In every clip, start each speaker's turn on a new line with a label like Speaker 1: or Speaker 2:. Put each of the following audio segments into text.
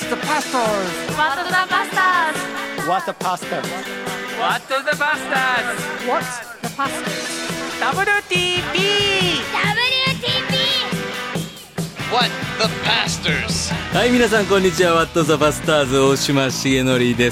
Speaker 1: the pastors?
Speaker 2: What the bastards?
Speaker 1: What the pastors?
Speaker 3: What the bastards?
Speaker 1: What's the pastors?
Speaker 3: WTP!
Speaker 4: What the pastors?
Speaker 5: はい、皆さんこんにちは。 What the Bastards 大島重則です。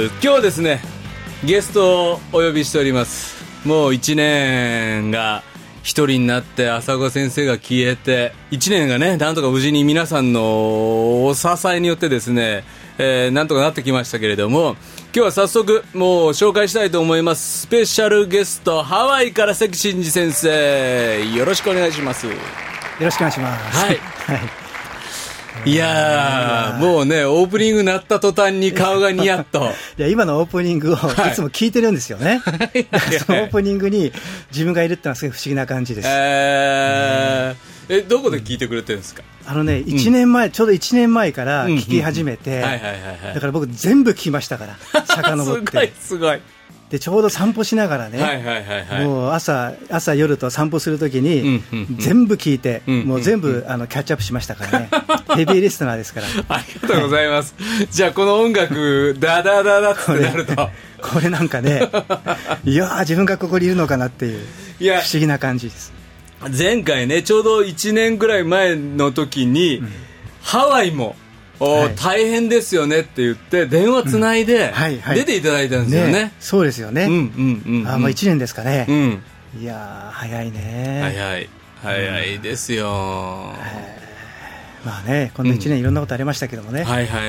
Speaker 5: 今日ですね、ゲストをお呼びしております。もう1年が一人になって朝子先生が消えて1年がね、なんとか無事に皆さんのお支えによってですね、なんとかなってきましたけれども、今日は早速もう紹介したいと思います。スペシャルゲスト、ハワイから関真嗣先生、よろしくお願いします。
Speaker 6: よろしくお願いします。
Speaker 5: はい、いやー、もうね、オープニング鳴った途端に顔がニヤッと
Speaker 6: いや、今のオープニングをいつも聞いてるんですよね、そのオープニングに自分がいるってのはすごい不思議な感じです。
Speaker 5: どこで聞いてくれてるんですか？
Speaker 6: 1年前、ちょうど1年前から聞き始めて、だから僕全部聞きましたから遡って
Speaker 5: すごい
Speaker 6: で、ちょうど散歩しながらね、もう朝夜と散歩するときに全部聞いて、もう全部キャッチアップしましたからねヘビーリスナーですから
Speaker 5: ありがとうございますじゃあこの音楽ダダダダってなると
Speaker 6: これなんかねいやー、自分がここにいるのかなっていう不思議な感じです。
Speaker 5: 前回ね、ちょうど1年ぐらい前の時に、ハワイも大変ですよねって言って電話つないで出ていただいたんですよね。
Speaker 6: そうですよね。1年ですかね。いやー、早いね。
Speaker 5: 早いですよ。
Speaker 6: まあね、この1年いろんなことありましたけどもね。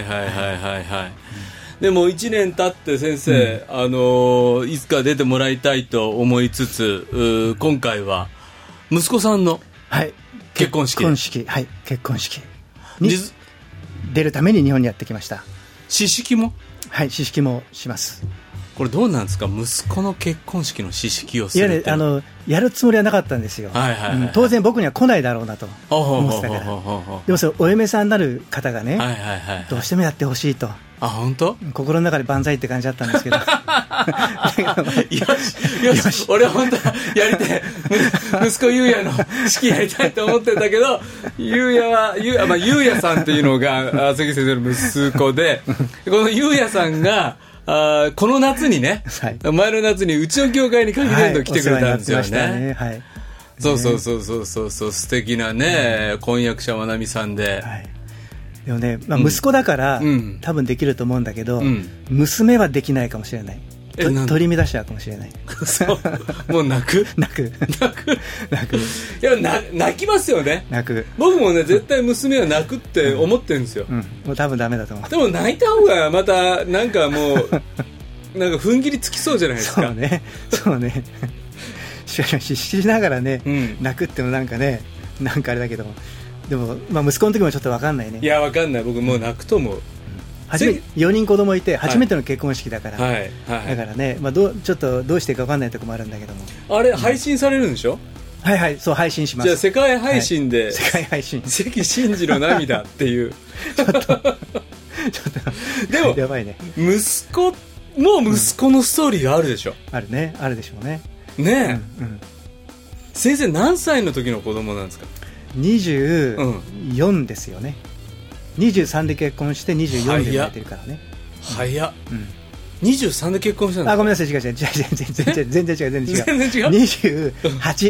Speaker 5: でも1年経って先生、いつか出てもらいたいと思いつつ、今回は息子さんの結婚式に
Speaker 6: 出るために日本にやってきました。
Speaker 5: 試式も？
Speaker 6: はい、試式もします。
Speaker 5: これどうなんですか、息子の結婚式の試式をするって。
Speaker 6: いやね、やるつもりはなかったんですよ。当然僕には来ないだろうなと思ってたから。でもそれお嫁さんになる方がね、どうしてもやってほしいと。
Speaker 5: あ、本当？
Speaker 6: 心の中で万歳って感じだったんですけどよ
Speaker 5: し俺本当はやりたい息子ゆうやの式やりたいと思ってたけど、ゆうやさんっていうのが関先生の息子でこのゆうやさんがこの夏にね、前の夏にうちの教会に限りなく来てくれたんですよね。そう素敵なね、婚約者まなみさんで、
Speaker 6: でもね、息子だから、多分できると思うんだけど、娘はできないかもしれない。取り乱しちゃうかもしれない
Speaker 5: もう泣くいや、泣きますよね。僕もね、絶対娘は泣くって思ってるんですよ。
Speaker 6: もう多分ダメだと思う。
Speaker 5: でも泣いた方がまたなんかもうなんか踏ん切りつきそうじゃないですか。
Speaker 6: そうねしながらね、泣くってもなんかね、なんかあれだけども、でも、息子の時もちょっと分かんないね。
Speaker 5: いや、分かんない。僕もう泣くと思う。
Speaker 6: 4人子供いて初めての結婚式だから、だからね、ちょっとどうしていいか分かんないところもあるんだけども。
Speaker 5: あれ、配信されるんでしょ？
Speaker 6: そう、配信します。
Speaker 5: じゃあ世界配信で、
Speaker 6: 世界配信
Speaker 5: 関真嗣の涙っていう
Speaker 6: ちょっと
Speaker 5: でも
Speaker 6: やばいね。
Speaker 5: 息子の息子のストーリーがあるでしょ？
Speaker 6: あるでしょうね。
Speaker 5: 先生何歳の時の子供なんですか
Speaker 6: ？24ですよね。23で結婚して24で生まれてるからね。
Speaker 5: 早っ。23で結婚したんですか？
Speaker 6: ごめんなさい、違う全然違う。28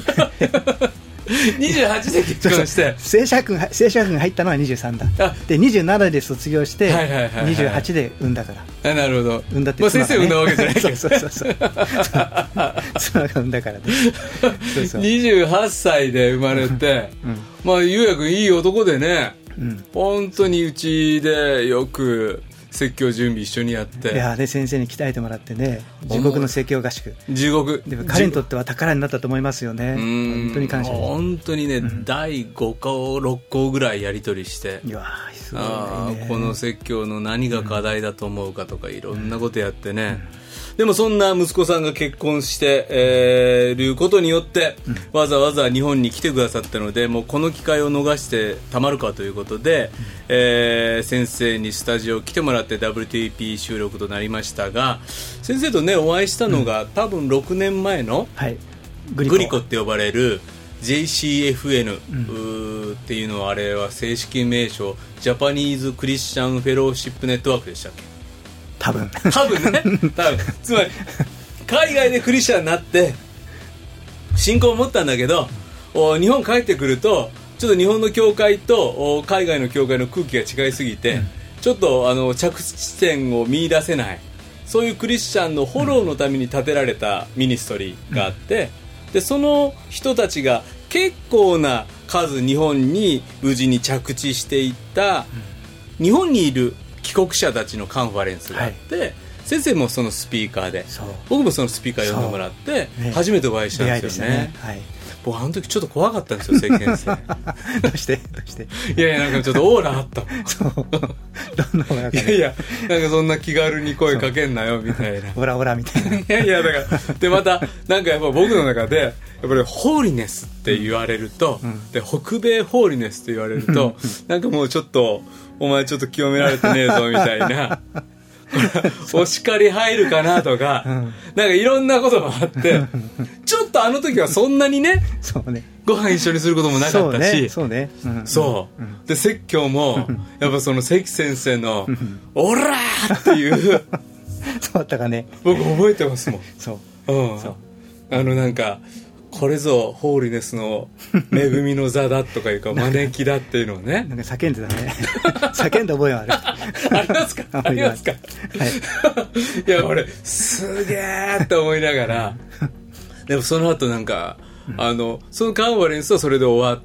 Speaker 5: 28で結婚して、
Speaker 6: 正社君が入ったのは23だ。で27で卒業して28で産んだから。
Speaker 5: なるほど。
Speaker 6: 産んだって
Speaker 5: 先生産んだわけじゃないけど
Speaker 6: そう妻が産んだからね。
Speaker 5: 28歳で生まれて、ゆうやくんいい男でね、本当にうちでよく説教準備一緒にやって、
Speaker 6: いやね、先生に鍛えてもらってね、地獄の説教合宿、
Speaker 5: 地獄
Speaker 6: でも彼にとっては宝になったと思いますよね。本当に感謝です。
Speaker 5: 本当にね、第5校6校ぐらいやり取りして、
Speaker 6: いやすごいね、
Speaker 5: この説教の何が課題だと思うかとか、いろんなことやってね、でもそんな息子さんが結婚していることによって、わざわざ日本に来てくださったので、もうこの機会を逃してたまるかということで、先生にスタジオ来てもらって WTP 収録となりましたが、先生とねお会いしたのが、多分6年前の、グリコって呼ばれる JCFN、っていうのはあれは正式名称ジャパニーズクリスチャンフェローシップネットワークでしたっけ？多分ねつまり海外でクリスチャンになって信仰を持ったんだけど日本帰ってくるとちょっと日本の教会と海外の教会の空気が違いすぎて、ちょっと着地点を見出せない、そういうクリスチャンのフォローのために建てられたミニストリーがあって、でその人たちが結構な数日本に無事に着地していった日本にいる帰国者たちのカンファレンスがあって、先生もそのスピーカーで、僕もそのスピーカー呼んでもらって初めてお会いしたんですよね。僕あの時ちょっと怖かったんですよ、関先生。
Speaker 6: どうして
Speaker 5: いやなんかちょっとオーラあった
Speaker 6: そうどんなオーラか、ね、
Speaker 5: いやなんかそんな気軽に声かけんなよみたいな
Speaker 6: オラオラみたいな。
Speaker 5: いやだからでまたなんかやっぱ僕の中でやっぱりホーリネスって言われると、で北米ホーリネスって言われるとなんかもうちょっとお前ちょっと清められてねえぞみたいなお叱り入るかなとか、なんかいろんなことがあってちょっとあの時はそんなにねご飯一緒にすることもなかったし、そうで説教もやっぱその関先生のオラーっていう
Speaker 6: そうだったかね、
Speaker 5: 僕覚えてますもん。なんかこれぞホーリネスの恵みの座だとかいうか招きだっていうのをね
Speaker 6: なんか叫んでたね叫んだ覚えはある
Speaker 5: ありますかありますか、いや俺すげーって思いながらでもその後なんか、そのカンファレンスはそれで終わって、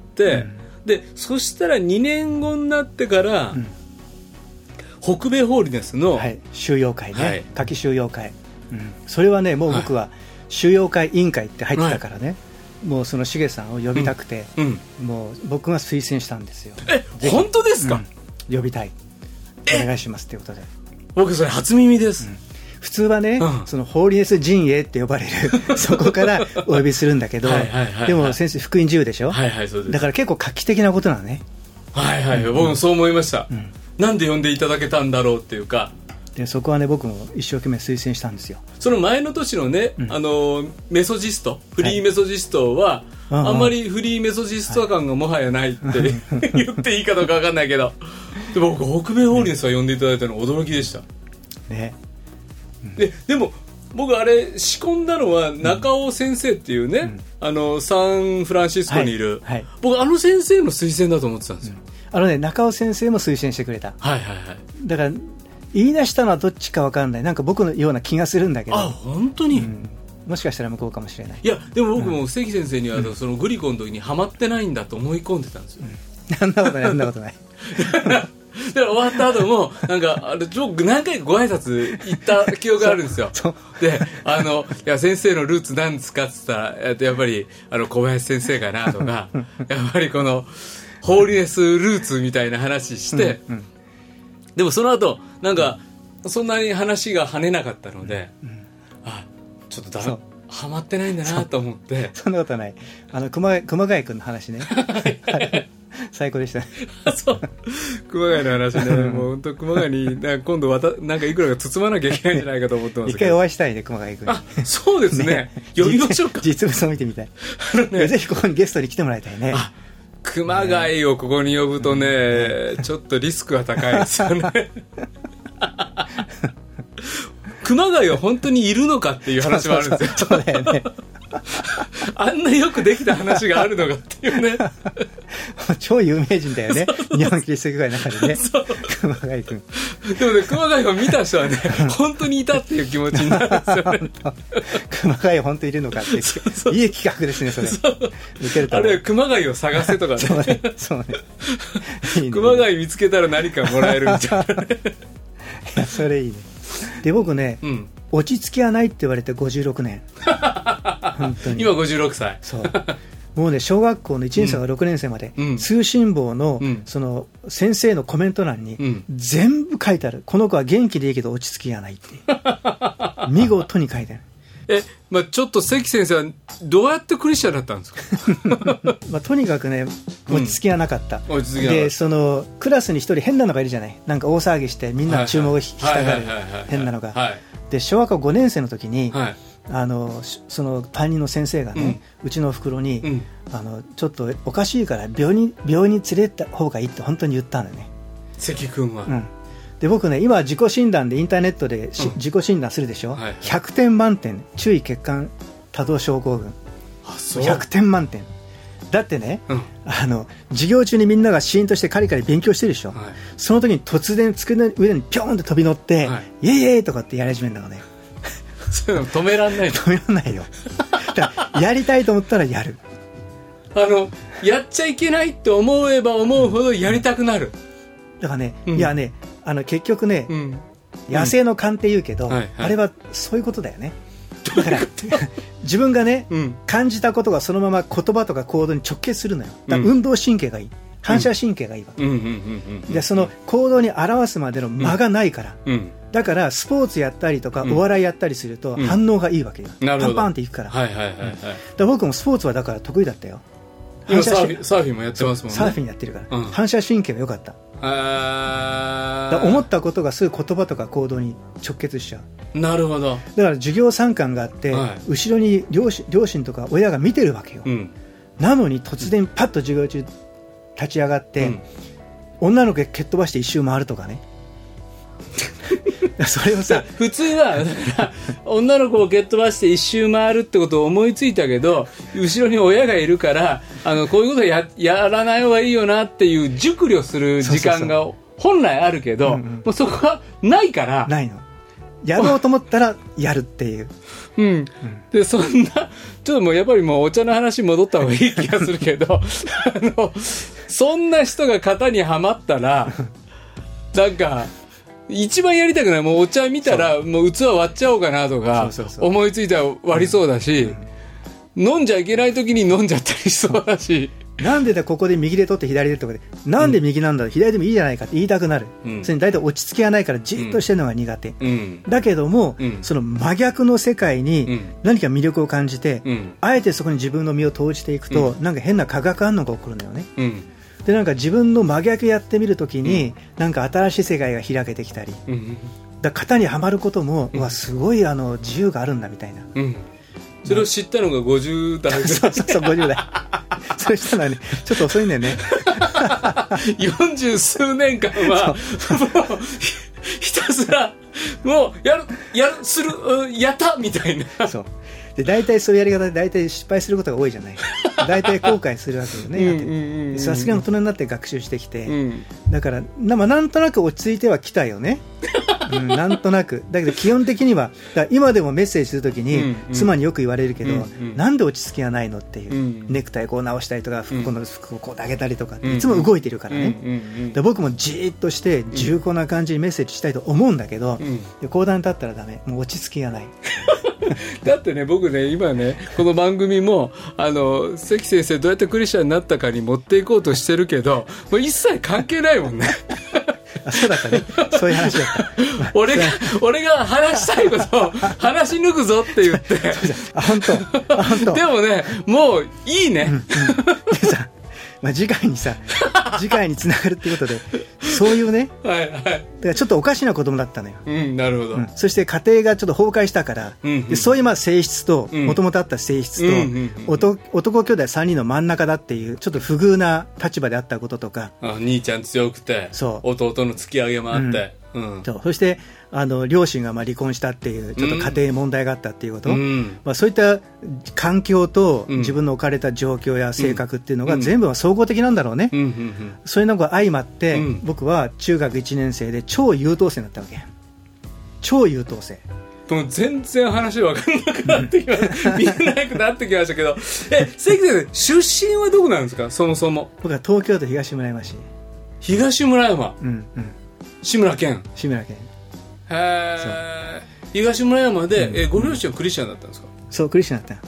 Speaker 5: でそしたら2年後になってから、北米ホーリネスの、
Speaker 6: 収容会ね、夏季収容会、それはねもう僕は、収容会委員会って入ってたからね、もうそのしげさんを呼びたくて、もう僕が推薦したんですよ。
Speaker 5: 本当ですか？
Speaker 6: 呼びたい、お願いしますっていうことで。
Speaker 5: 僕それ初耳です。
Speaker 6: 普通はね、そのホーリネス陣営って呼ばれるそこからお呼びするんだけど、でも先生福音自由でしょ、だから結構画期的なことなのね。僕もそう思いました、なんで呼んでいただけたんだろうっていうか、でそこはね僕も一生懸命推薦したんですよ。
Speaker 5: その前の年のね、メソジストフリーメソジストは、あんまりフリーメソジスト感がもはやないって言っていいかどうか分かんないけど、で僕北米ホーリネスは呼んでいただいたの驚きでした
Speaker 6: ね。
Speaker 5: でも僕あれ仕込んだのは中尾先生っていうね、サンフランシスコにいる、僕あの先生の推薦だと思ってたんですよ。
Speaker 6: 中尾先生も推薦してくれた。だから言い出したのはどっちか分かんない、なんか僕のような気がするんだけど。
Speaker 5: 本当に、
Speaker 6: もしかしたら向こうかもしれない。
Speaker 5: いやでも僕も関先生にはそのグリコの時にハマってないんだと思い込んでたんですよ。
Speaker 6: そんなことないそんなことない
Speaker 5: で終わった後もなんか何回かご挨拶行った記憶があるんですよ。でいや先生のルーツなんですかって言ったらやっぱり小林先生かなとかやっぱりこのホーリネスルーツみたいな話して、でもその後なんかそんなに話が跳ねなかったので、ちょっとハマってないんだなと思って。
Speaker 6: そんなことはない。熊谷君の話ね最高でしたね
Speaker 5: そう熊谷の話ねもう本当熊谷に今度なんかいくらか包まなきゃいけないんじゃないかと思ってますけど、
Speaker 6: 一回お会いしたいね熊谷君に。
Speaker 5: そうですね呼びましょうか。
Speaker 6: 実物を見てみたいぜひここにゲストに来てもらいたいね。
Speaker 5: 熊谷をここに呼ぶとね、ちょっとリスクが高いですよね熊谷は本当にいるのかっていう話もあるんですよ。
Speaker 6: そうだよね
Speaker 5: あんなよくできた話があるのかっていうね
Speaker 6: 超有名人だよね日本キリスト教会の中でね熊谷君。
Speaker 5: でもね熊谷を見た人はね本当にいたっていう気持ちになるんですよね
Speaker 6: 熊谷本当にいるのかっていい企画ですねそれ。受けると
Speaker 5: あれは熊谷を探せとかね
Speaker 6: そうね
Speaker 5: いいね熊谷見つけたら何かもらえるみたいなね
Speaker 6: いやそれいいね。で僕ね、落ち着きはないって言われて56年本当に
Speaker 5: 今56歳
Speaker 6: そうもうね小学校の1年生から6年生まで、通信簿の、その先生のコメント欄に、全部書いてある。この子は元気でいいけど落ち着きがないって見事に書いてある。
Speaker 5: ちょっと関先生はどうやってクリスチャンだったんですか
Speaker 6: とにかくね落ち着きがなかった、でそのクラスに一人変なのがいるじゃない。なんか大騒ぎしてみんなの注目を引きたがる変なのが、で小学校5年生の時に、 その担任の先生がね、うちのおふくろに、ちょっとおかしいから病院に連れた方がいいって本当に言ったんだよね、
Speaker 5: 関君は。
Speaker 6: で僕ね、今自己診断でインターネットで、自己診断するでしょ、100点満点、注意欠陥多動症候群。100点満点だってね、授業中にみんながシーンとしてカリカリ勉強してるでしょ、その時に突然机の上にピョンって飛び乗って、イエイイエイとかってやり始めるんだからね。
Speaker 5: そういうの止めらんない。
Speaker 6: 止めらんないよ。だからやりたいと思ったらやる。
Speaker 5: やっちゃいけないって思えば思うほどやりたくなる。
Speaker 6: だからね、いやね、結局ね、野生の勘って言うけど、あれはそういうことだよね。だから自分がね、感じたことがそのまま言葉とか行動に直結するのよ。だから運動神経がいい、反射神経がいいわけで、その行動に表すまでの間がないから、だからスポーツやったりとかお笑いやったりすると反応がいいわけよ、パンパンっていくから。だ僕もスポーツはだから得意だったよ。
Speaker 5: 今サーフィンもやってますもんね。
Speaker 6: サーフィンやってるから、反射神経が良かった。だ思ったことがすぐ言葉とか行動に直結しちゃう。
Speaker 5: なるほど。
Speaker 6: だから授業参観があって、後ろに両親とか親が見てるわけよ、なのに突然パッと授業中立ち上がって、女の子蹴っ飛ばして一周回るとかね。それをさ、
Speaker 5: 普通はだから女の子を蹴っ飛ばして一周回るってことを思いついたけど、後ろに親がいるからこういうことは やらない方がいいよなっていう熟慮する時間が本来あるけど、もうそこがないから。
Speaker 6: ないの。やろうと思ったらやるっていう。
Speaker 5: でそんなちょっともうやっぱりもうお茶の話戻った方がいい気がするけどそんな人が型にはまったらなんか一番やりたくない。もうお茶見たらもう器割っちゃおうかなとか思いついたら割りそうだし、飲んじゃいけない時に飲んじゃったりしそうだし、
Speaker 6: なんでだここで右で取って左でとかで、なんで右なんだ、左でもいいじゃないかって言いたくなる。それに大体落ち着きがないからじっとしてるのが苦手、だけども、その真逆の世界に何か魅力を感じて、あえてそこに自分の身を投じていくと、なんか変な化学反応が起こるんだよね、でなんか自分の真逆やってみるときに、なんか新しい世界が開けてきたり、だ型にはまることも、すごい自由があるんだみたいな、
Speaker 5: それを知ったのが50代
Speaker 6: そう50代それしたらね、ちょっと遅いんだよね
Speaker 5: 40数年間はもうひたすらもうやったみたいな。そう
Speaker 6: で大体そういうやり方で大体失敗することが多いじゃない。大体後悔するわけよね。さすがに大人になって学習してきて、だからなんとなく落ち着いてはきたよねなんとなく。だけど基本的には今でもメッセージするときに、妻によく言われるけど、なんで落ち着きがないのっていう、ネクタイこう直したりとか、この服をこう上げたりとか、いつも動いてるからね、で僕もじーっとして重厚な感じにメッセージしたいと思うんだけど、講談に立ったらダメ、もう落ち着きがない
Speaker 5: だってね、僕ね今ねこの番組も関先生どうやってクリスチャンになったかに持っていこうとしてるけど、もう一切関係ないもんね
Speaker 6: そうだったね、そういう話だった
Speaker 5: 俺が話したいことを話し抜くぞって言って
Speaker 6: 本当
Speaker 5: でもね、もういいね、
Speaker 6: でさ、次回につながるっていうことで、そういうね、だからちょっとおかしな子供だったのよ、
Speaker 5: なるほど、
Speaker 6: そして家庭がちょっと崩壊したから、でそういう性質ともともとあった性質と、男兄弟3人の真ん中だっていうちょっと不遇な立場であったこととか、
Speaker 5: 兄ちゃん強くて弟の突き上げもあって、
Speaker 6: そして両親が離婚したっていうちょっと家庭問題があったっていうこと、そういった環境と自分の置かれた状況や性格っていうのが全部は総合的なんだろうね、そういうのが相まって、僕は中学1年生で超優等生だったわけ。超優等生。
Speaker 5: もう全然話分かんなくなってきました見えなくなってきましたけど関先生出身はどこなんですか、そもそも。
Speaker 6: 僕は東京都東村山市。
Speaker 5: 東村山、志村けん。東村山で、ご両親はクリスチャンだったんですか。
Speaker 6: そう、クリスチャンだった、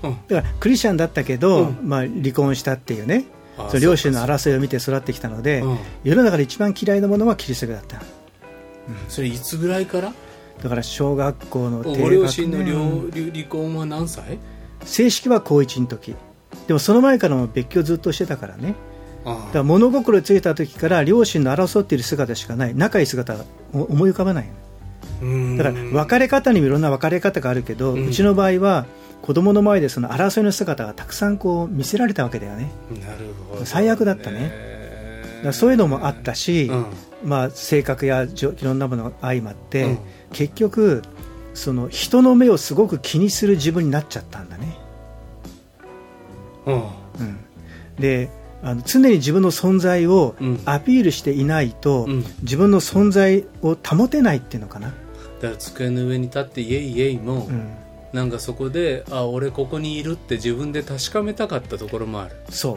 Speaker 6: だからクリスチャンだったけど、離婚したっていうね、その両親の争いを見て育ってきたので、世の中で一番嫌いなものはキリスト教だった、
Speaker 5: それいつぐらいから。
Speaker 6: だから小学校の低学年。
Speaker 5: ご両親の離婚は何歳。
Speaker 6: 正式は高1の時でも、その前からも別居ずっとしてたからね。だから物心ついた時から両親の争っている姿しかない、仲いい姿は思い浮かばない。 だから別れ方にもいろんな別れ方があるけど、うちの場合は子供の前でその争いの姿がたくさんこう見せられたわけだよね。
Speaker 5: なるほどね。
Speaker 6: 最悪だったね。だからそういうのもあったし、まあ、性格やいろんなものが相まって、結局その人の目をすごく気にする自分になっちゃったんだね。で常に自分の存在をアピールしていないと、自分の存在を保てないっていうのかな。
Speaker 5: だから机の上に立ってイエイイエイも、なんかそこで俺ここにいるって自分で確かめたかったところもある。そう、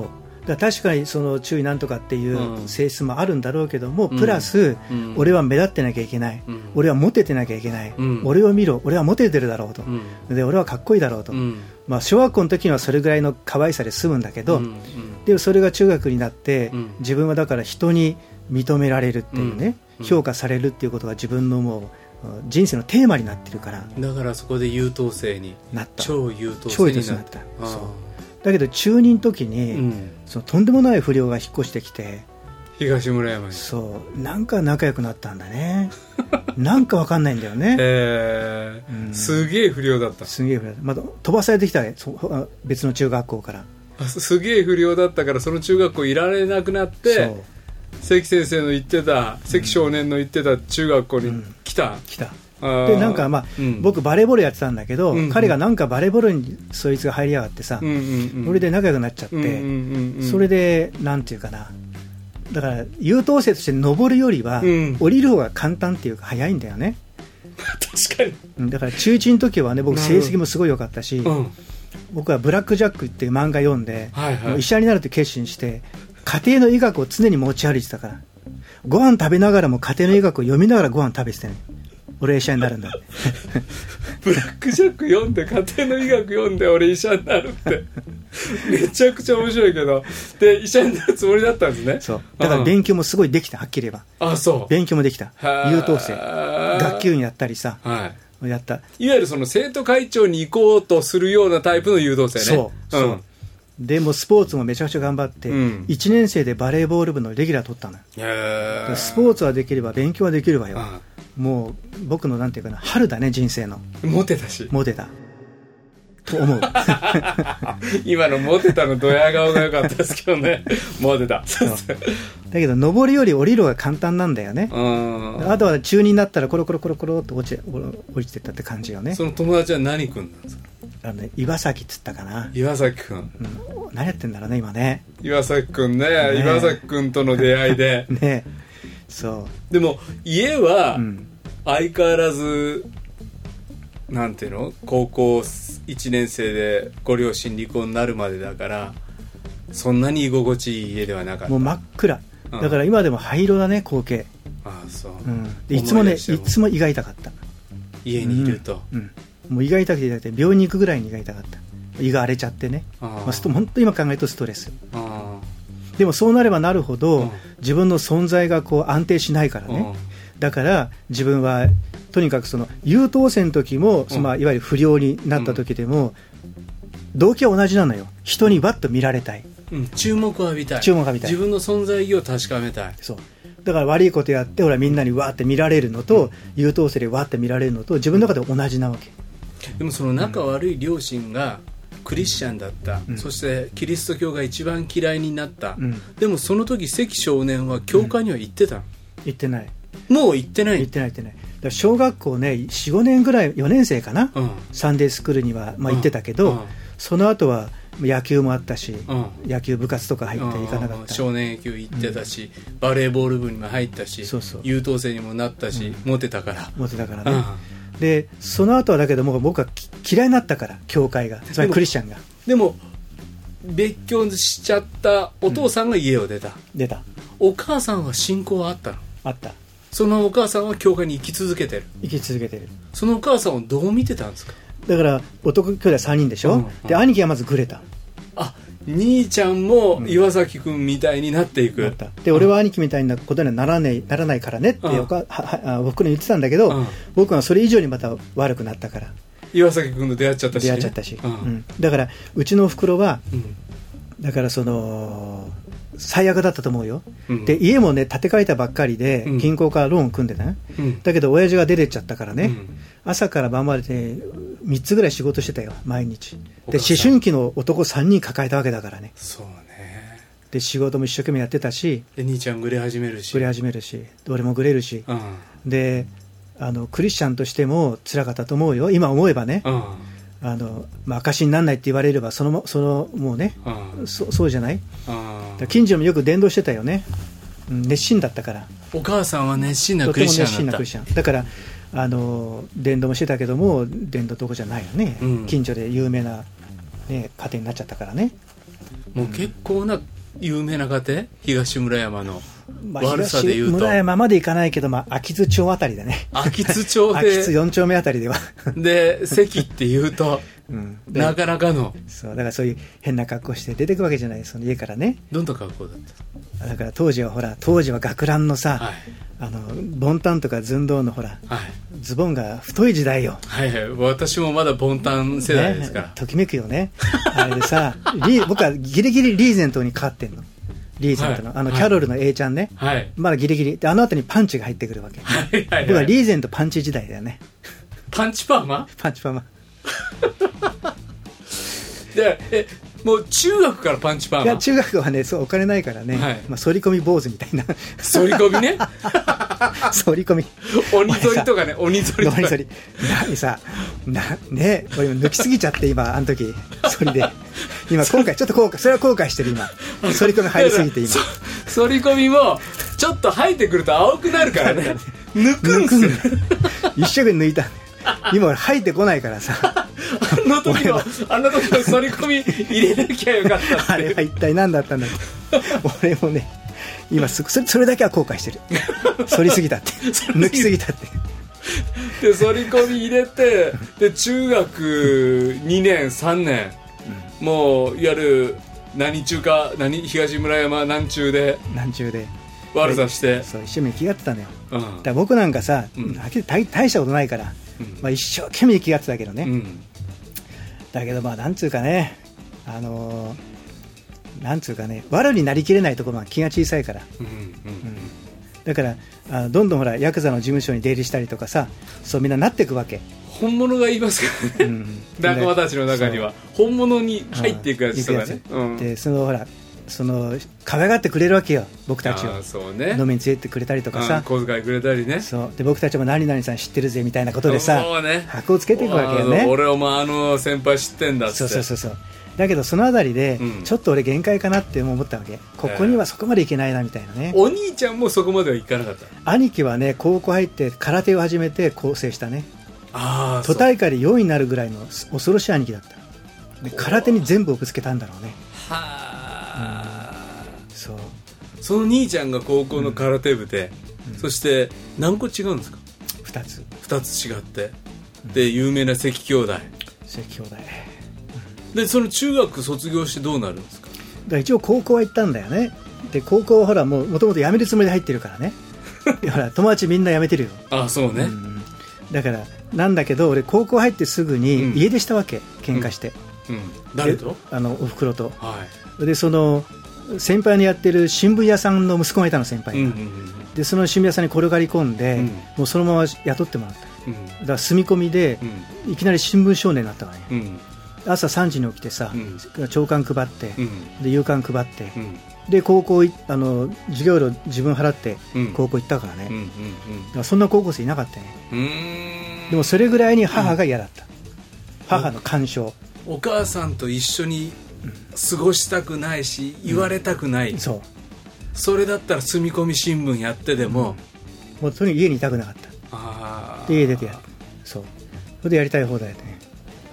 Speaker 5: だから確かにその注意なんとかっていう性質もあるんだろうけども、プラス、俺は目立ってなきゃいけない、俺はモテてなきゃいけない、俺を見ろ、俺はモテてるだろうと、で俺はかっこいいだろうと、まあ、小学校の時にはそれぐらいの可愛さで済むんだけど、でもそれが中学になって、自分はだから人に認められるっていうね、評価されるっていうことが自分のもう人生のテーマになってるから、だからそこで優等生になった。超優等生になった。
Speaker 6: そうだけど中2の時に、そのとんでもない不良が引っ越してきて、
Speaker 5: 東村山に、
Speaker 6: そうなんか仲良くなったんだね。なんかわかんないんだよね。
Speaker 5: すげえ不良だった。
Speaker 6: すげえ不良、まだ飛ばされてきたね、別の中学校から。
Speaker 5: すげえ不良だったからその中学校いられなくなって、関先生の言ってた、関少年の言ってた中学校に来た。でなんかまあ、僕バレーボールやってたんだけど、彼がなんかバレーボールにそいつが入りやがってさ、それで仲良くなっちゃって、それでなんていうかな、だから優等生として登るよりは、降りる方が簡単っていうか早いんだよね。 確かに。
Speaker 6: だから中1の時はね、僕成績もすごい良かったし、僕はブラックジャックっていう漫画読んで、もう医者になるって決心して家庭の医学を常に持ち歩いてたから、ご飯食べながらも家庭の医学を読みながらご飯食べてたね。俺医者になるんだ。
Speaker 5: ブラックジャック読んで家庭の医学読んで俺医者になるってめちゃくちゃ面白いけど、で医者になるつもりだったんですね。
Speaker 6: そうだから勉強もすごいできた、はっきり言えば。そう勉強もできた。優等生、学級にやったりさ、やった。
Speaker 5: いわゆるその生徒会長に行こうとするようなタイプの優等生ね。
Speaker 6: そう、でもスポーツもめちゃくちゃ頑張って、1年生でバレーボール部のレギュラー取ったの。スポーツはできれば勉強はできるわよ。もう僕のなんていうかな、春だね、人生の。
Speaker 5: モテたし。
Speaker 6: モテたと思う。
Speaker 5: 今のモテたのドヤ顔が良かったですけどね。モテた。だ
Speaker 6: けど登るより降りる方が簡単なんだよね。あとは中2になったらコロコロコロコロっと落ちてったって感じよね。
Speaker 5: その友達は何君なんですか？
Speaker 6: 岩崎っつったかな。
Speaker 5: 岩崎君、
Speaker 6: 何やってんだろうね今ね。
Speaker 5: 岩崎君ね、岩崎君との出会いで
Speaker 6: ね。そう
Speaker 5: でも家は相変わらず、なんていうの、高校1年生でご両親離婚になるまでだから、そんなに居心地いい家ではなかった。
Speaker 6: もう真っ暗、だから今でも灰色だね、光景。
Speaker 5: そう、
Speaker 6: でいつもね、いつも胃が痛かった。
Speaker 5: 家にいると、
Speaker 6: もう胃が痛くて病院に行くぐらいに胃が痛かった。胃が荒れちゃってね。本当今考えるとストレス。でもそうなればなるほど、自分の存在がこう安定しないからね。だから自分はとにかくその優等生の時も、いわゆる不良になった時でも、動機は同じなのよ。人にバッと見られたい、
Speaker 5: 注目を浴びたい、自分の存在意義を確かめたい。そうだから悪いことやってほらみんなにわーって見られるのと、優等生でわーって見られるのと自分の中で同じなわけ。でもその仲悪い両親がクリスチャンだった、そしてキリスト教が一番嫌いになった、でもその時関少年は教会には行ってた、行ってない。もう行ってない。行ってない。だから小学校ね 4,5 年ぐらい、4年生かな、サンデースクールには、行ってたけど、その後は野球もあったし、野球部活とか入って行かなかった、少年野球行ってたし、バレーボール部にも入ったし、優等生にもなったし、モテたからね、でその後はだけども僕は嫌いになったから、教会が、つまりクリスチャンが。でも別居しちゃったお父さんが家を出た、お母さんは信仰はあったの？あった。そのお母さんは教会に生き続けてる。そのお母さんをどう見てたんですか？だから男兄弟3人でしょ、で兄貴はまずグレた。兄ちゃんも岩崎君みたいになっていく、で俺は兄貴みたいなことにはならないからねって僕に言ってたんだけど、僕はそれ以上にまた悪くなったから、岩崎君と出会っちゃったし、だからうちのおふくろは、だからその
Speaker 6: 最悪だったと思うよ、
Speaker 5: うん、
Speaker 6: で家もね建て替えたばっかりで銀行からローン組んでたね、うん、だけど親父が出てっちゃったからね、うん、朝から晩までで3つぐらい仕事してたよ毎日で思春期の男3人抱えたわけだからね。
Speaker 5: そうね。
Speaker 6: で仕事も一生懸命やってたし
Speaker 5: で兄ちゃんグレ始めるし俺もグレるし、うん、でクリスチャンとしても辛かったと思うよ今思えばね、うん証にならないって言われればそのもうね、うん、そうじゃない、だ近所もよく伝道してたよね、うん、熱心だったから。 お母さんは熱心なクリスチャンだった。とても熱心なクリスチャンだから伝道もしてたけども伝道どこじゃないよね、うん、近所で有名な、ね、家庭になっちゃったからね。 もう結構な有名な家庭東村山の悪さでいうと、
Speaker 6: 東村山まで行かないけど、秋津町あたりでね
Speaker 5: 秋津町で
Speaker 6: 秋津4丁目あたりでは
Speaker 5: で関っていうと、うん、なかなかの
Speaker 6: そうだからそういう変な格好して出てくわけじゃないその家からね。
Speaker 5: どんな格好だった？
Speaker 6: だから当時は学ランのさ、はい、ボンタンとか寸胴のほら、はい、ズボンが太い時代よ。
Speaker 5: はいはい、私もまだボンタン世代ですから、
Speaker 6: ね、ときめくよねあれでさ僕はギリギリリーゼントにかかってんの。リーゼントの、はい、キャロルの A ちゃんね、はい、まだギリギリで後にパンチが入ってくるわけ、はいはいはい、僕はリーゼントパンチ時代だよね。
Speaker 5: パンチパーマでもう中学からパンチパーマ。
Speaker 6: いや中学はねそうお金ないからね、はい、反り込み坊主みたいな
Speaker 5: 反り込みね
Speaker 6: 反り込み
Speaker 5: 鬼反りとかね鬼反りとか
Speaker 6: 何さね俺も抜きすぎちゃって今あの時それで今後悔ちょっとそれは後悔してる今反り込み入りすぎて今
Speaker 5: 反り込みもちょっと生えてくると青くなるからね抜くんですよ
Speaker 6: 一生懸命抜いた今俺入ってこないからさ
Speaker 5: あの時の反り込み入れなきゃよかったって
Speaker 6: あれは一体何だったんだって俺もね今それだけは後悔してる反りすぎたって抜きすぎたって
Speaker 5: で反り込み入れてで中学2年3年、うん、もういわゆる東村山南中で悪さして
Speaker 6: そう一生懸命気がってたのよ、うん、だから僕なんかさ、うん、大したことないから一生懸命気がってたけどね、うん、だけどなんつうかね悪になりきれないところは気が小さいから、うんうんうん、だからどんどんほらヤクザの事務所に出入りしたりとかさそうみんななっていくわけ。
Speaker 5: 本物がいますからね、うん、仲間たちの中には本物に入っていくやつとかね、うん、でほら可愛がってくれるわけよ僕たちを。そうね、飲みに連れてってくれたりとかさ小遣いくれたりね。
Speaker 6: そうで僕たちも何々さん知ってるぜみたいなことでさ、ね、箔をつけていくわけよね。
Speaker 5: 俺も先輩知ってんだって。
Speaker 6: そうだけどそのあたりで、うん、ちょっと俺限界かなって思ったわけ。ここにはそこまでいけないなみたいなね。
Speaker 5: お兄ちゃんもそこまではいかなかった？
Speaker 6: 兄貴はね高校入って空手を始めて構成したね。都大会で4位になるぐらいの恐ろしい兄貴だった。で空手に全部をぶつけたんだろうね。
Speaker 5: その兄ちゃんが高校の空手部で、うん、そして何個違うんですか？2つ違って、で有名な関兄弟、でその中学卒業してどうなるんですか？
Speaker 6: だから一応高校は行ったんだよね。で高校はほらもともと辞めるつもりで入ってるからねほら友達みんな辞めてるよ。
Speaker 5: あそうね、うん、
Speaker 6: だからなんだけど俺高校入ってすぐに家出したわけ、喧嘩して、
Speaker 5: うんうん、誰と？おふくろと、
Speaker 6: はい、でその先輩にやってる新聞屋さんの息子がいたの先輩が、でその新聞屋さんに転がり込んで、もうそのまま雇ってもらった、だから住み込みで、いきなり新聞少年になったわね、朝3時に起きてさ、朝刊配って、で夕刊配って、で高校授業料自分払って高校行ったからね、だからそんな高校生いなかったね。でもそれぐらいに母が嫌だった、母の干渉。
Speaker 5: お母さんと一緒に過ごしたくないし言われたくない、それだったら住み込み新聞やってでも、
Speaker 6: もうとにかく家にいたくなかった。で家出てやる。それでやりたい放題でね。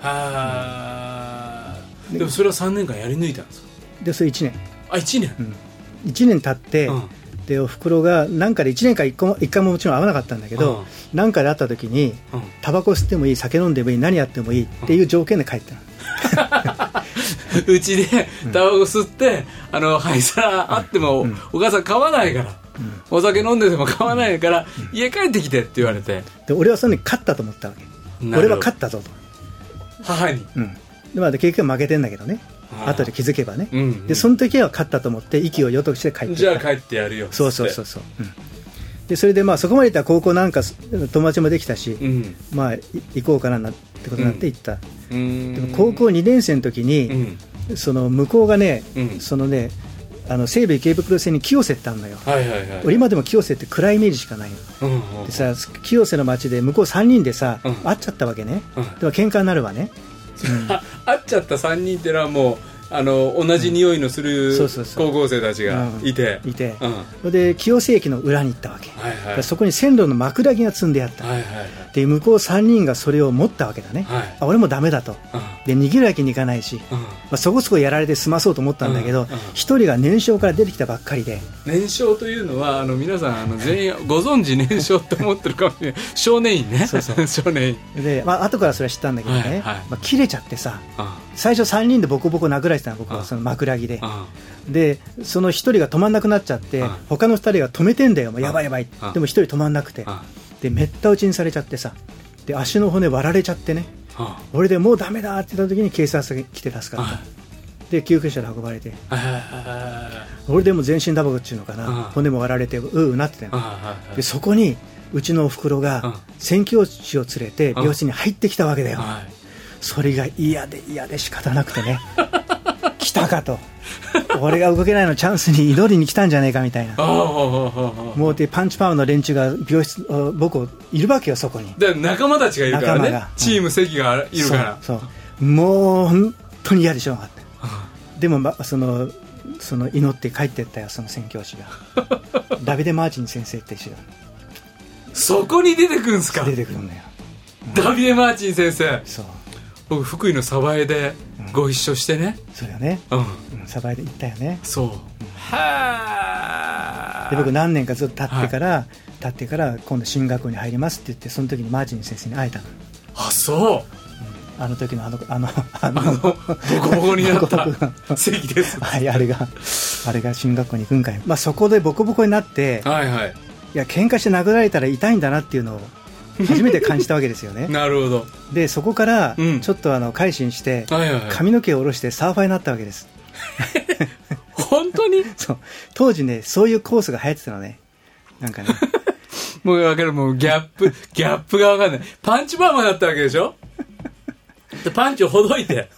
Speaker 5: でもそれは3年間やり抜いたんですか？
Speaker 6: でそれ1年。
Speaker 5: 1年、
Speaker 6: 1年経って、でおふくろが何かで1年間1回ももちろん会わなかったんだけど、何かで会った時に、タバコ吸ってもいい、酒飲んでもいい、何やってもいいっていう条件で帰ったの。
Speaker 5: うちでタバコ吸って、灰皿あっても、お母さん買わないから、お酒飲んでても買わないから、家帰ってきてって言われて、
Speaker 6: で俺はそれに勝ったと思ったわけ。俺は勝ったぞと、
Speaker 5: 母に、
Speaker 6: で結局負けてんだけどね。 後で気づけばね、でその時は勝ったと思って息をよとして帰ってきた。
Speaker 5: じゃあ帰ってやるよって。
Speaker 6: そう、でそれでそこまでいったら高校なんか友達もできたし、行こうかなってことになって行った、でも高校2年生の時に、その向こうがね、そのね西武池袋線に清瀬ってあるのよ、俺今でも清瀬って暗いイメージしかないの、でさ清瀬の街で向こう3人でさ、会っちゃったわけね、でも喧嘩になるわね、
Speaker 5: 会っちゃった3人ってのはもう同じ匂いのする高校生たちがいて、で清瀬駅の裏に行ったわけ、そこに線路の枕木が積んであった、で向こう3人がそれを持ったわけだね、俺もダメだと、で逃げるわけにいかないし、そこそこやられて済まそうと思ったんだけど、一人が年少から出てきたばっかりで。 年少というのは皆さん全員ご存知、年少って思ってるかもしれない少年院ね、少年院で、
Speaker 6: 後からそれは知ったんだけどね、切れちゃってさ、最初3人でボコボコ殴られてたの、僕はその枕木で、でその1人が止まんなくなっちゃって、他の2人が止めてんだよ、もうやばいやばい、でも1人止まんなくて、でめった打ちにされちゃってさ、で足の骨割られちゃってね、俺でもうダメだって言った時に警察が来て助かった、で救急車で運ばれて、俺でも全身打撲っていうのかな、骨も割られてなってたよ、でそこにうちのおふくろが宣教師を連れて病室に入ってきたわけだよ、それが嫌で仕方なくてね来たかと俺が動けないのチャンスに祈りに来たんじゃねえかみたいなもうでパンチパーマの連中が病室僕をいるわけよ、そこに
Speaker 5: で仲間たちがいるからね、チーム関がいるから、
Speaker 6: そうもう本当に嫌でしょうがなかった、でも、その祈って帰ってったよ、その宣教師がダビデ・マーチン先生って一緒だ、
Speaker 5: そこに出てくるんですか。
Speaker 6: 出てくるんだよ、
Speaker 5: ダビデ・マーチン先生。
Speaker 6: そう、
Speaker 5: 僕福井の鯖江でご一緒してね、
Speaker 6: そうよね、鯖江で行ったよね、
Speaker 5: そう、
Speaker 6: で僕何年かずっと経ってから今度進学校に入りますって言って、その時にマーチン先生に会えたの。
Speaker 5: あ、そう、
Speaker 6: あの時のボ
Speaker 5: コボコになった席です。
Speaker 6: はい、あれが進学校に行くんかい、そこでボコボコになって、いや喧嘩して殴られたら痛いんだなっていうのを初めて感じたわけですよね
Speaker 5: なるほど。
Speaker 6: でそこからちょっと改心して髪の毛を下ろしてサーファーになったわけです
Speaker 5: 本当に
Speaker 6: そう、当時ねそういうコースが流行ってたのね、なんかね
Speaker 5: もう分かる、もうギャップが分かんない。パンチパーマだったわけでしょでパンチをほどいて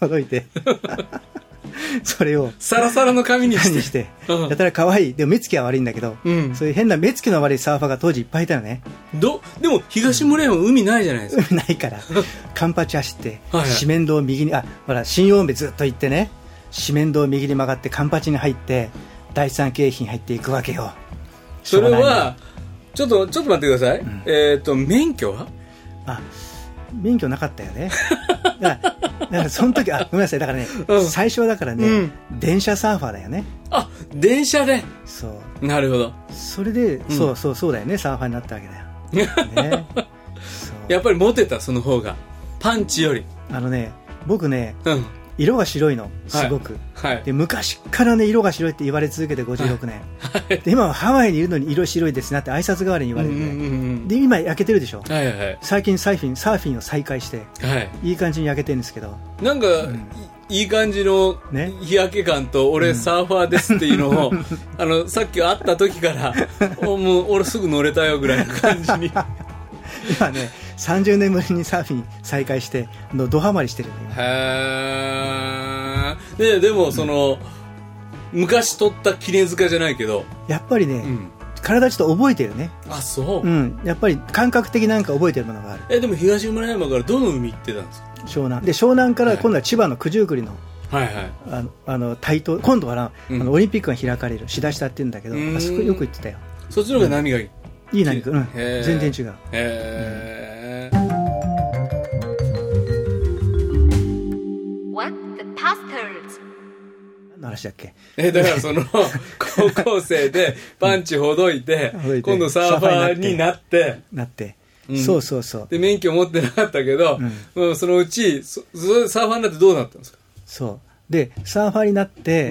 Speaker 6: それを
Speaker 5: サラサラの髪にして
Speaker 6: やたら可愛い、でも目つきは悪いんだけど、そういう変な目つきの悪いサーファーが当時いっぱいいたよね。
Speaker 5: でも東村山海ないじゃないですか。
Speaker 6: 海ないからカンパチ走って四面堂を右に、ほら新青梅ずっと行ってね、四面堂を右に曲がってカンパチに入って第三京浜に入っていくわけよ。
Speaker 5: それはちょっと待ってください、免許は
Speaker 6: 免許なかったよねだからその時ごめんなさい、だからね、最初はだからね、電車サーファーだよね。
Speaker 5: 電車で。
Speaker 6: そう、
Speaker 5: なるほど。
Speaker 6: それで、そうだよね、サーファーになったわけだよ、ね、
Speaker 5: やっぱりモテた、その方がパンチより。
Speaker 6: 僕ね、色が白いのすごく、で昔からね色が白いって言われ続けて56年、で今はハワイにいるのに色白いですなって挨拶代わりに言われるね、で今焼けてるでしょ、最近サーフィンを再開して、いい感じに焼けてるんですけど、
Speaker 5: なんか、いい感じの日焼け感と、俺サーファーですっていうのを、さっき会った時からもう俺すぐ乗れたよぐらいの感じに
Speaker 6: 今ね30年ぶりにサーフィン再開してドハマりしてるの
Speaker 5: よ。でも昔撮った綺麗塚じゃないけど
Speaker 6: やっぱりね、体ちょっと覚えてるね。
Speaker 5: そう、
Speaker 6: やっぱり感覚的なんか覚えてるものがある。
Speaker 5: でも東村山からどの海行ってたんですか。
Speaker 6: 湘南から今度は千葉の九十九里の台東、今度はオリンピックが開かれる志田下って言うんだけど、あそこよく行ってたよ。
Speaker 5: そっちの方が波がいい
Speaker 6: 波、全然違う。
Speaker 2: What the pastors?
Speaker 6: 何の話だっけ。
Speaker 5: だから高校生でパンチほどいて今度サーファーになって
Speaker 6: そう
Speaker 5: で免許持ってなかったけど、そのうちサーファーになってどうなったんですか。
Speaker 6: そうでサーファーになって、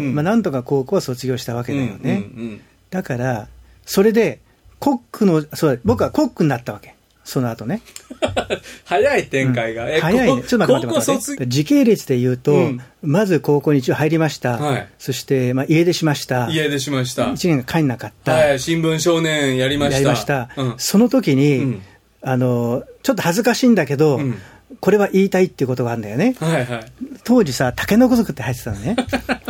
Speaker 6: なんとか高校は卒業したわけだよね、だからそれで僕はコックになったわけ。 その後ね。
Speaker 5: 早い展開が。
Speaker 6: 早いね。ちょっと待って。時系列で言うと、まず高校に一応入りました。そして、家出しました。1年が帰んなかった。
Speaker 5: 新聞少年やりました。
Speaker 6: その時に、ちょっと恥ずかしいんだけど、これは言いたいっていうことがあるんだよね。当時さ、竹の子族って入ってたのね。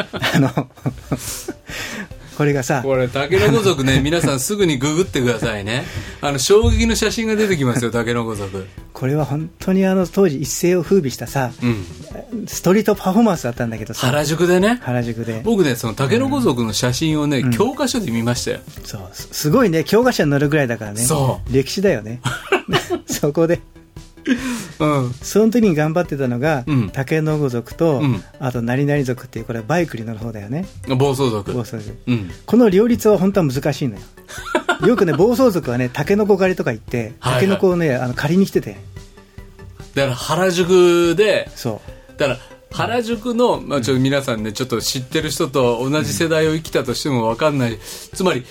Speaker 6: これがさ、
Speaker 5: これ竹の子族ね、皆さんすぐにググってくださいね。衝撃の写真が出てきますよ、竹の子族。
Speaker 6: これは本当に当時一世を風靡したさ、ストリートパフォーマンスだったんだけどさ、
Speaker 5: 原宿でね。僕ね、その竹の子族の写真をね、教科書で見ましたよ。
Speaker 6: そう、すごいね、教科書に載るぐらいだからね。歴史だよね。そこで。その時に頑張ってたのが、竹の子族と、あと何々族っていう、これはバイクに乗る方だよね。
Speaker 5: 暴走族。
Speaker 6: この両立は本当は難しいのよ。よくね、暴走族はね、竹の子狩りとか行って竹の子をね、借りに来てて、
Speaker 5: だから原宿で、だから原宿の、ちょっと皆さんね、ちょっと知ってる人と同じ世代を生きたとしても分かんない、つまり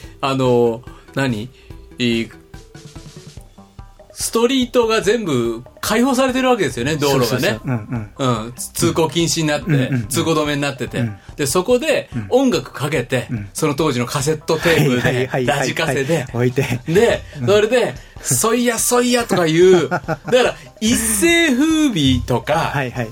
Speaker 5: ストリートが全部開放されてるわけですよね、道路がね。通行禁止になって、通行止めになってて。で、そこで音楽かけて、その当時のカセットテープで、ラジカセで、で、それで、そいやそいやとか言う、だから、一世風靡とか、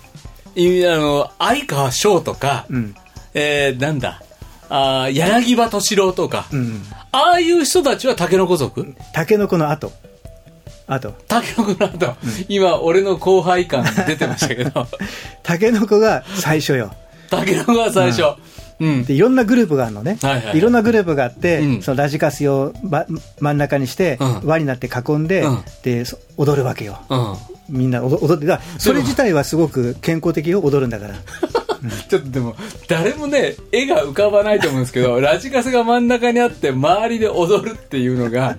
Speaker 5: 相川翔とか、なんだ、柳葉敏郎とか、ああいう人たちは竹の子族？
Speaker 6: 竹の子の後。
Speaker 5: 竹の子の後、今俺の後輩感出てましたけど
Speaker 6: 竹の子が最初よ。
Speaker 5: 竹の子が最初、
Speaker 6: でいろんなグループがあるのね。いろんなグループがあって、そのラジカセを真ん中にして、輪になって囲んで、で踊るわけよ。みんな踊って、それ自体はすごく健康的よ、踊るんだから。
Speaker 5: ちょっとでも誰もね絵が浮かばないと思うんですけど、ラジカセが真ん中にあって周りで踊るっていうのが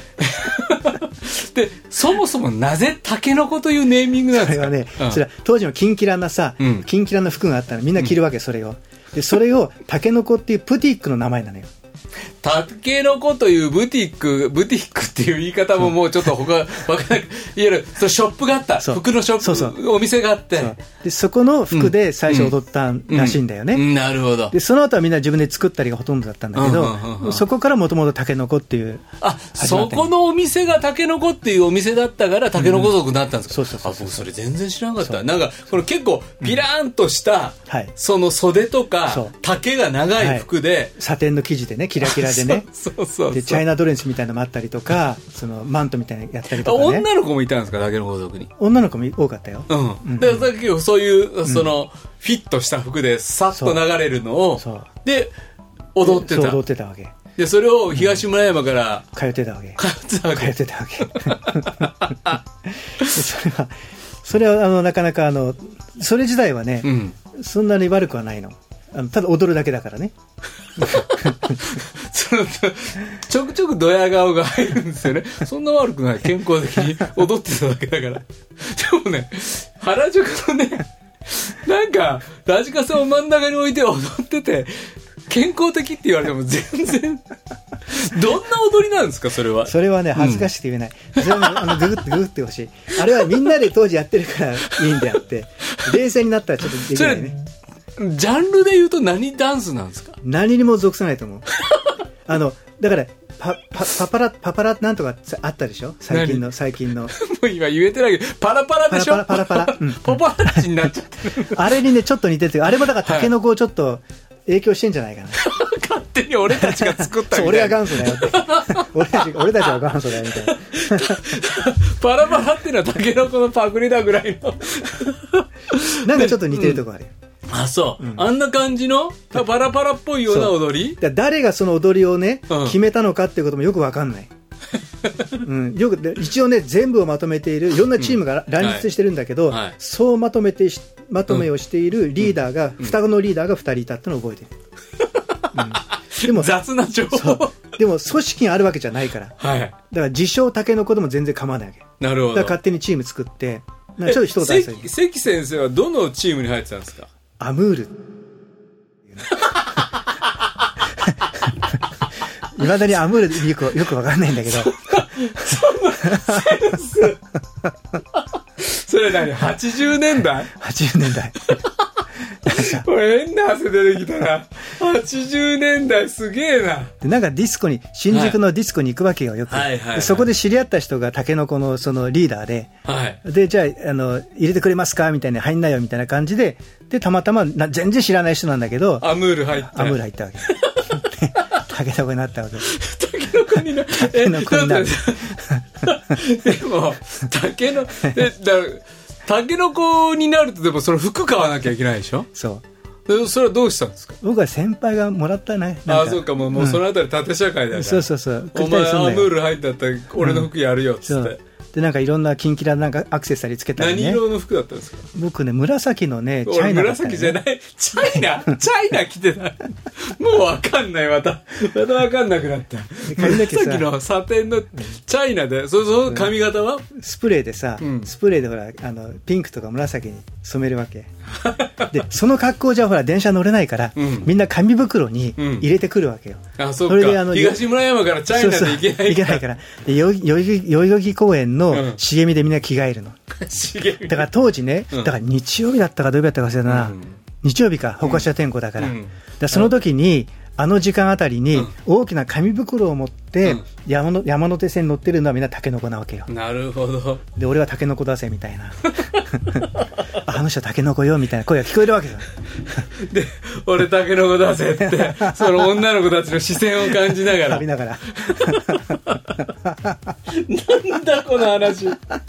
Speaker 5: で、そもそもなぜタケノコというネーミングなんですか？
Speaker 6: それはね、それは当時のキンキラなさ、キンキラな服があったらみんな着るわけ、それを。で、それをタケノコっていうプティックの名前なのよ。
Speaker 5: タケノコというブティックっていう言い方ももうちょっと他わからない。いわゆるショップがあった、服のショップ、お店があって、
Speaker 6: でそこの服で最初踊ったらしいんだよね。
Speaker 5: なるほど。
Speaker 6: でその後はみんな自分で作ったりがほとんどだったんだけど、そこからもともとタケノコっていう、
Speaker 5: そこのお店がタケノコっていうお店だったからタケノコ族になったんですか？僕それ全然知らなかった。なんかこれ結構ピラーンとしたその袖とか丈が長い服で、
Speaker 6: サテンの生地でね、キラキラでね。でチャイナドレスみたいなのもあったりとか、そのマントみたいなのやったりとかね。
Speaker 5: 女の子もいたんですか、タケノコ族に？
Speaker 6: 女の子も多かったよ。
Speaker 5: で結構そういうそのフィットした服でさっと流れるのをで踊ってた
Speaker 6: わけ
Speaker 5: で、それを東村山から
Speaker 6: 通ってたわけ。それはなかなかそれ自体はね、そんなに悪くはないの。ただ踊るだけだからね。
Speaker 5: ちょくちょくドヤ顔が入るんですよね。そんな悪くない、健康的に踊ってただけだから。でもね、原宿のね、なんかラジカセを真ん中に置いて踊ってて健康的って言われても全然どんな踊りなんですか？それは
Speaker 6: ね、恥ずかしくて言えない。ググってほしい。あれはみんなで当時やってるからいいんであって、冷静になったらちょっとできないね。
Speaker 5: ジャンルで言うと何ダンスなんですか？
Speaker 6: 何にも属さないと思う。だからパパラなんとかあったでしょ、最近のも
Speaker 5: う今言えてないけど、パラパラでしょ。パラパラパパラッチになっちゃってる。
Speaker 6: あれにねちょっと似てて、あれもだからタケノコをちょっと影響してんじゃないかな。
Speaker 5: 勝手に俺たちが作ったみたいな。
Speaker 6: 俺が元祖だよって俺たちは元祖だよみたいな。
Speaker 5: パラパラっていうのはタケノコのパクリだぐらいの
Speaker 6: なんかちょっと似てるとこあるよ。
Speaker 5: あ、そう、あんな感じのパラパラっぽいような踊り。
Speaker 6: 誰がその踊りをね、決めたのかっていうこともよく分かんない。よく一応ね、全部をまとめているいろんなチームが乱立してるんだけど、そうまとめをしているリーダーが、双子のリーダーが2人いたってのを覚えてる。でも
Speaker 5: 雑な情報。
Speaker 6: でも組織があるわけじゃないから、だから自称タケノコでも全然構わないわけ。
Speaker 5: なるほど。
Speaker 6: だから勝手にチーム作って、ちょっと一言
Speaker 5: 関先生はどのチームに入ってたんですか？
Speaker 6: アムール。いまだにアムールよくわかんないんだけど。
Speaker 5: それ何80年代
Speaker 6: 80年代
Speaker 5: これ変な汗出てきたな。80年代すげえな。
Speaker 6: でなんかディスコに新宿のディスコに行くわけよよく、
Speaker 5: はいはいはいはい、
Speaker 6: そこで知り合った人がタケノコのそのリーダーで、
Speaker 5: はい、
Speaker 6: でじゃあ入れてくれますかみたいな、入んなよみたいな感じで、でたまたま全然知らない人なんだけど
Speaker 5: アムール入った
Speaker 6: わけタケノコになったわけ。
Speaker 5: タケノコになタケノコになるでもタケノコになるとでもその服買わなきゃいけないでしょ。そうそれはどうしたんですか。
Speaker 6: 僕は先輩がもらったね。
Speaker 5: ああそうか、もうそのあたり縦社会だから、
Speaker 6: そうそうそう、
Speaker 5: お前アムール入ったったら俺の服やるよっつって、
Speaker 6: でなんかいろんなキンキラなんかアクセサリーつけたりね。
Speaker 5: 何色の服だったんですか。僕
Speaker 6: ね紫のねチャイナだった、ね、
Speaker 5: 紫じゃないチャイナ着てたもう分かんない、また分かんなくなった。紫のサテンのチャイナで、その髪型は
Speaker 6: スプレーでさ、スプレーでほらピンクとか紫に染めるわけでその格好じゃほら電車乗れないから、みんな紙袋に入れてくるわけよ、
Speaker 5: あそうか、それで東村山からチャイナで行けないから
Speaker 6: で代々木公園の茂みでみんな着替えるの、だから当時ね、だから日曜日だったか土曜日だったか忘れたな、日曜日か歩行者天候だから、だその時にあの時間あたりに大きな紙袋を持って山手線に乗ってるのはみんなタケノコなわけよ。
Speaker 5: なるほど。
Speaker 6: で俺はタケノコ出せみたいなあの人タケノコよみたいな声が聞こえるわけよ
Speaker 5: で俺タケノコ出せってその女の子たちの視線を感じながら
Speaker 6: 浴びながら
Speaker 5: なんだこの話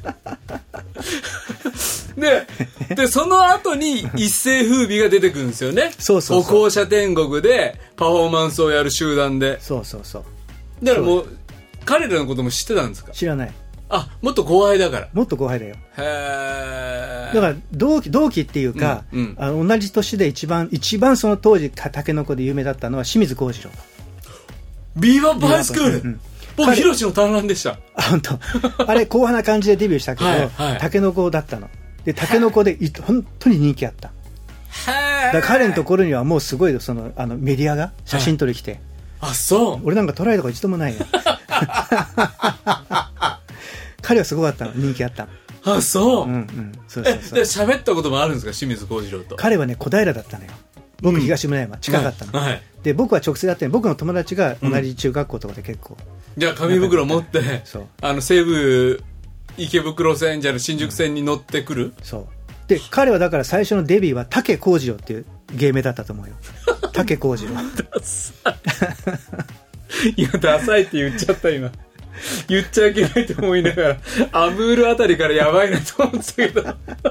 Speaker 5: でその後に一世風靡が出てくるんですよね。そうそうそう、歩行者天国でパフォーマンスをやる集団で。
Speaker 6: そうそうそう、
Speaker 5: だからもう彼らのことも知ってたんですか。
Speaker 6: 知らない。
Speaker 5: あ、もっと後輩だから。
Speaker 6: もっと後輩だよ。
Speaker 5: へー。
Speaker 6: だから同期っていうか、同じ年で一番その当時タケノコで有名だったのは清水幸次郎。
Speaker 5: ビーバップハイスクール、僕ヒロシの短覧でした。
Speaker 6: あ、本当。あれ硬派な感じでデビューしたけどタケノコだったので、タケノコで本当に人気あった。だから彼のところにはもうすごいメディアが写真撮り来て、
Speaker 5: あ、そう。
Speaker 6: 俺なんか捉えたこと一度もないよ彼はすごかったの、人気あったの。
Speaker 5: あ、そう。
Speaker 6: そうそうそう。
Speaker 5: で喋ったこともあるんですか、清水幸次郎と。
Speaker 6: 彼はね小平だったのよ。僕東村山近かったの、で僕は直接やって、僕の友達が同じ中学校とかで結構、
Speaker 5: じゃあ紙袋持って西武池袋線じゃ新宿線に乗ってくる、
Speaker 6: そうで彼はだから最初のデビューは竹幸次郎っていう芸名だったと思うよ竹幸次郎
Speaker 5: 今ダサいって言っちゃった。今言っちゃいけないと思いながらアムールあたりからやばいなと思ってたけど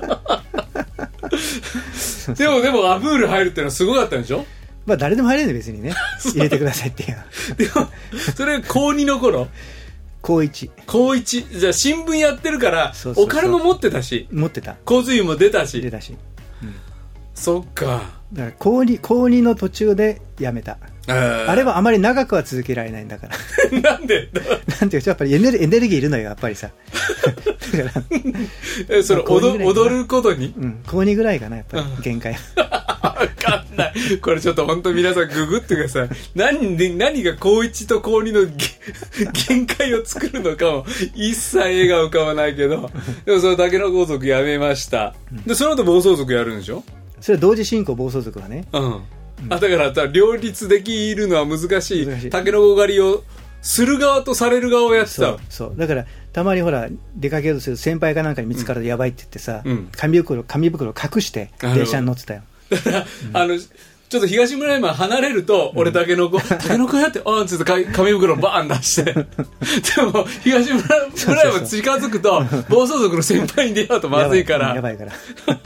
Speaker 5: でもアムール入るってのはすごかったんでしょ。
Speaker 6: まあ誰でも入れるんで別にね入れてくださいっていう
Speaker 5: でもそれ高2の頃
Speaker 6: 高1
Speaker 5: じゃあ新聞やってるからお金も持ってたし、
Speaker 6: 持ってた、
Speaker 5: 交通費も出たし、そっか。
Speaker 6: だから高2の途中でやめた。あれはあまり長くは続けられないんだから
Speaker 5: なんで
Speaker 6: なんていうかやっぱりエネルギーいるのよやっぱりさだから
Speaker 5: それ踊ることに、
Speaker 6: 高2ぐらいかなやっぱり限界
Speaker 5: 分かんない。これちょっと本当皆さんググってください。何が高1と高2の限界を作るのかも一切絵が浮かばないけどでもその竹の子族やめました、でその後暴走族やるんでしょ。
Speaker 6: それ同時進行暴走族はね、
Speaker 5: だから両立できるのは難しい。タケノコ狩りをする側とされる側をやってた。
Speaker 6: そうだからたまにほら出かけようとする先輩かなんかに見つかるとやばいって言ってさ、紙袋を隠して電車に乗ってたよ。
Speaker 5: だからちょっと東村山離れると俺タケノコやってあんつって紙袋バーン出してでも東村山近づくと暴走族の先輩に出会うとまずいから
Speaker 6: やばいから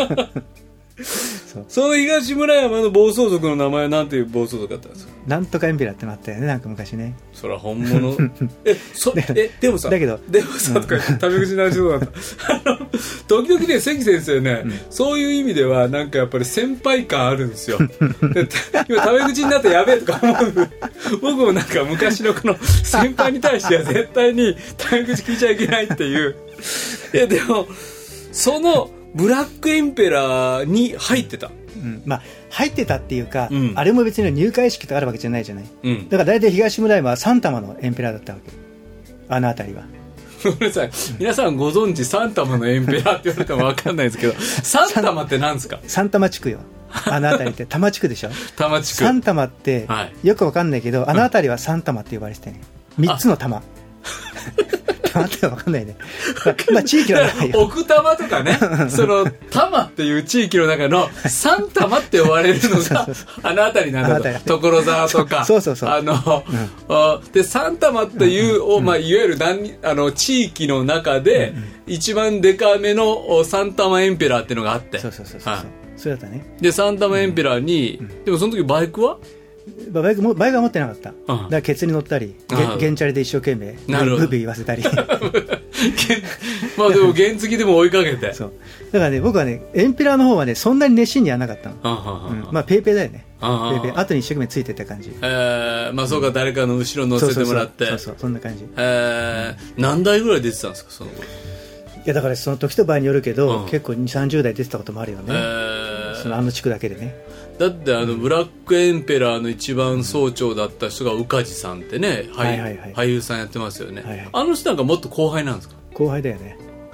Speaker 5: その東村山の暴走族の名前はなんていう暴走族だったんですか。
Speaker 6: なんとかエンペラーってのあったよね、なんか昔ね。
Speaker 5: そら本物でもさとかタメ口になりそうだった時々ね関先生ね、そういう意味ではなんかやっぱり先輩感あるんですよ今タメ口になってやべえとか思う僕もなんか昔のこの先輩に対しては絶対にタメ口聞いちゃいけないっていうでもそのブラックエンペラーに入ってた、
Speaker 6: まあ入ってたっていうか、あれも別に入会式とかあるわけじゃないじゃない、だから大体東村山は3玉のエンペラーだったわけ、あの辺りは
Speaker 5: ごめんなさい、皆さんご存知サンタマのエンペラーって言われても分かんないですけど、サンタマって何ですか？
Speaker 6: サンタマ地区よ。あの辺りって多摩地区でしょ。
Speaker 5: 多摩地区。
Speaker 6: サンタマって、はい、よく分かんないけど、あの辺りはサンタマって呼ばれててね、3つの玉。玉って分かんないね。まあ地域の中よ。
Speaker 5: 奥多摩とかね、その多摩っていう地域の中のサンタマって呼ばれるのがあの辺りなんだと。所沢とか。
Speaker 6: そうそうそう。
Speaker 5: でサンタマっていう、まあ、いわゆる地域の中で一番デカめのサンタマエンペラーっていうのがあって。
Speaker 6: そうそうそうそう。そうだったね。
Speaker 5: でサンタマエンペラーに、でもその時バイクは
Speaker 6: バイクは持ってなかった。だからケツに乗ったり、原チャリで一生懸命ブビ言わせたり。
Speaker 5: まあでも原付でも追いかけて。
Speaker 6: そう。だからね、僕はね、エンペラーの方はね、そんなに熱心にやらなかったの。まあペイペイだよね。ペイペイ。後に一生懸命ついてった感じ。
Speaker 5: まあそうか、誰かの後ろ乗せてもらって。
Speaker 6: そうそう、そんな感じ。
Speaker 5: 何台ぐらい出てたんですか、その頃。い
Speaker 6: やだからその時と場合によるけど、結構2、30台出てたこともあるよね。その地区だけでね。だ
Speaker 5: ってブラックエンペラーの一番総長だった人が宇梶さんってね、俳優さんやってますよね。あの人なんかもっと後輩なんですか？後
Speaker 6: 輩だよね。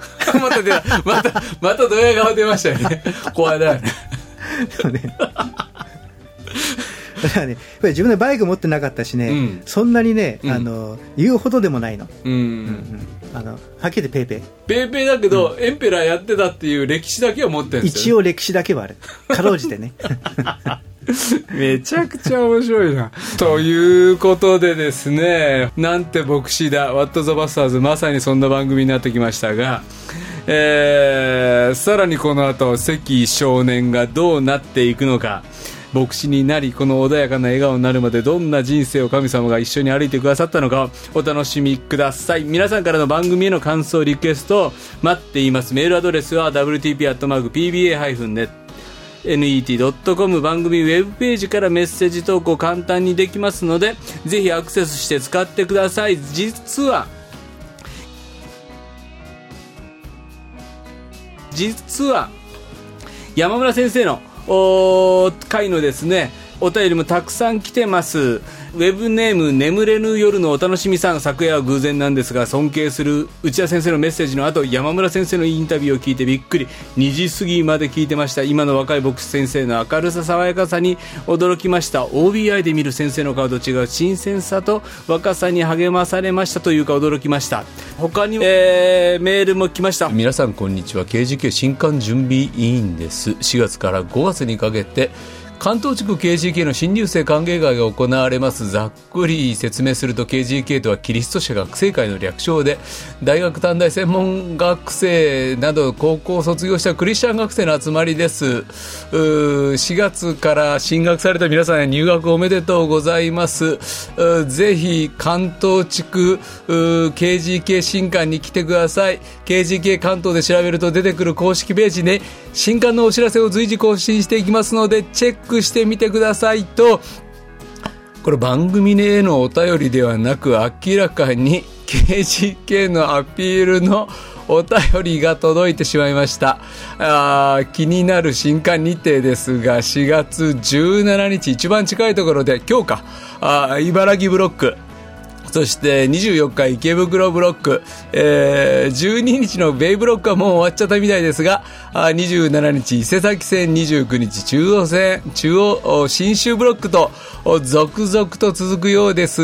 Speaker 5: またドヤ顔出ましたよね。後輩だよね。
Speaker 6: だからね、自分でバイク持ってなかったしね、そんなにね、言うほどでもないの。はっきり言って
Speaker 5: ペイペイだけど、エンペラーやってたっていう歴史だけは持ってるんですよ、ね、
Speaker 6: 一応歴史だけはある、かろうじてね。
Speaker 5: めちゃくちゃ面白いな。ということでですね、なんて牧師だ、ワット・ザ・バスターズ、まさにそんな番組になってきましたが、さらにこの後関少年がどうなっていくのか、牧師になりこの穏やかな笑顔になるまでどんな人生を神様が一緒に歩いてくださったのかをお楽しみください。皆さんからの番組への感想リクエストを待っています。メールアドレスは wtp@pba-net.com 番組ウェブページからメッセージ投稿簡単にできますので、ぜひアクセスして使ってください。実は山村先生の回のですね、お便りもたくさん来てます。ウェブネーム眠れぬ夜のお楽しみさん、昨夜は偶然なんですが尊敬する内田先生のメッセージの後、山村先生のインタビューを聞いてびっくり、2時過ぎまで聞いてました。今の若い牧師先生の明るさ爽やかさに驚きました。 OBI で見る先生の顔と違う新鮮さと若さに励まされましたというか驚きました。他に、メールも来ました。皆さんこんにちは、 KGK 新刊準備委員です。4月から5月にかけて関東地区 KGK の新入生歓迎会が行われます。ざっくり説明すると KGK とはキリスト者学生会の略称で、大学短大専門学生など高校を卒業したクリスチャン学生の集まりです。4月から進学された皆さんへ入学おめでとうございます。ぜひ関東地区 KGK 新刊に来てください。 KGK 関東で調べると出てくる公式ページで新刊のお知らせを随時更新していきますのでチェックしてみてください。と、これ番組へのお便りではなく明らかに KGK のアピールのお便りが届いてしまいました。気になる新刊日程ですが、4月17日一番近いところで今日か、茨城ブロック、そして24日池袋ブロック、12日のベイブロックはもう終わっちゃったみたいですが、27日伊勢崎線、29日中央線、中央信州ブロックと続々と続くようです。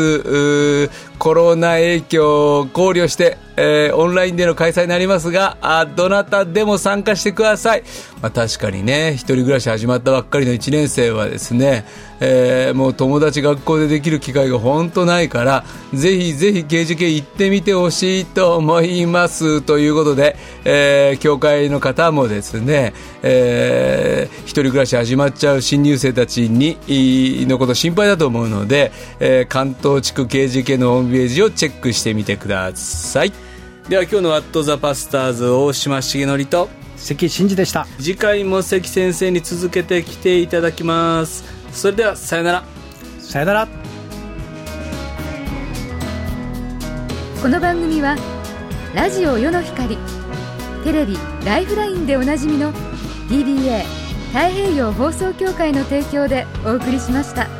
Speaker 5: コロナ影響を考慮して、オンラインでの開催になりますが、どなたでも参加してください。確かにね、一人暮らし始まったばっかりの1年生はですね、もう友達学校でできる機会が本当ないから、ぜひぜひ KGK 行ってみてほしいと思いますということで、教会の方もですね、一人暮らし始まっちゃう新入生たちのこと心配だと思うので、関東地区 KGK のホームページをチェックしてみてください。では今日の What the Pastors 大島重則と
Speaker 6: 関真嗣でした。
Speaker 5: 次回も関先生に続けて来ていただきます。それではさよなら。
Speaker 6: さよなら。
Speaker 1: この番組はラジオ世の光、テレビライフラインでおなじみの PBA 太平洋放送協会の提供でお送りしました。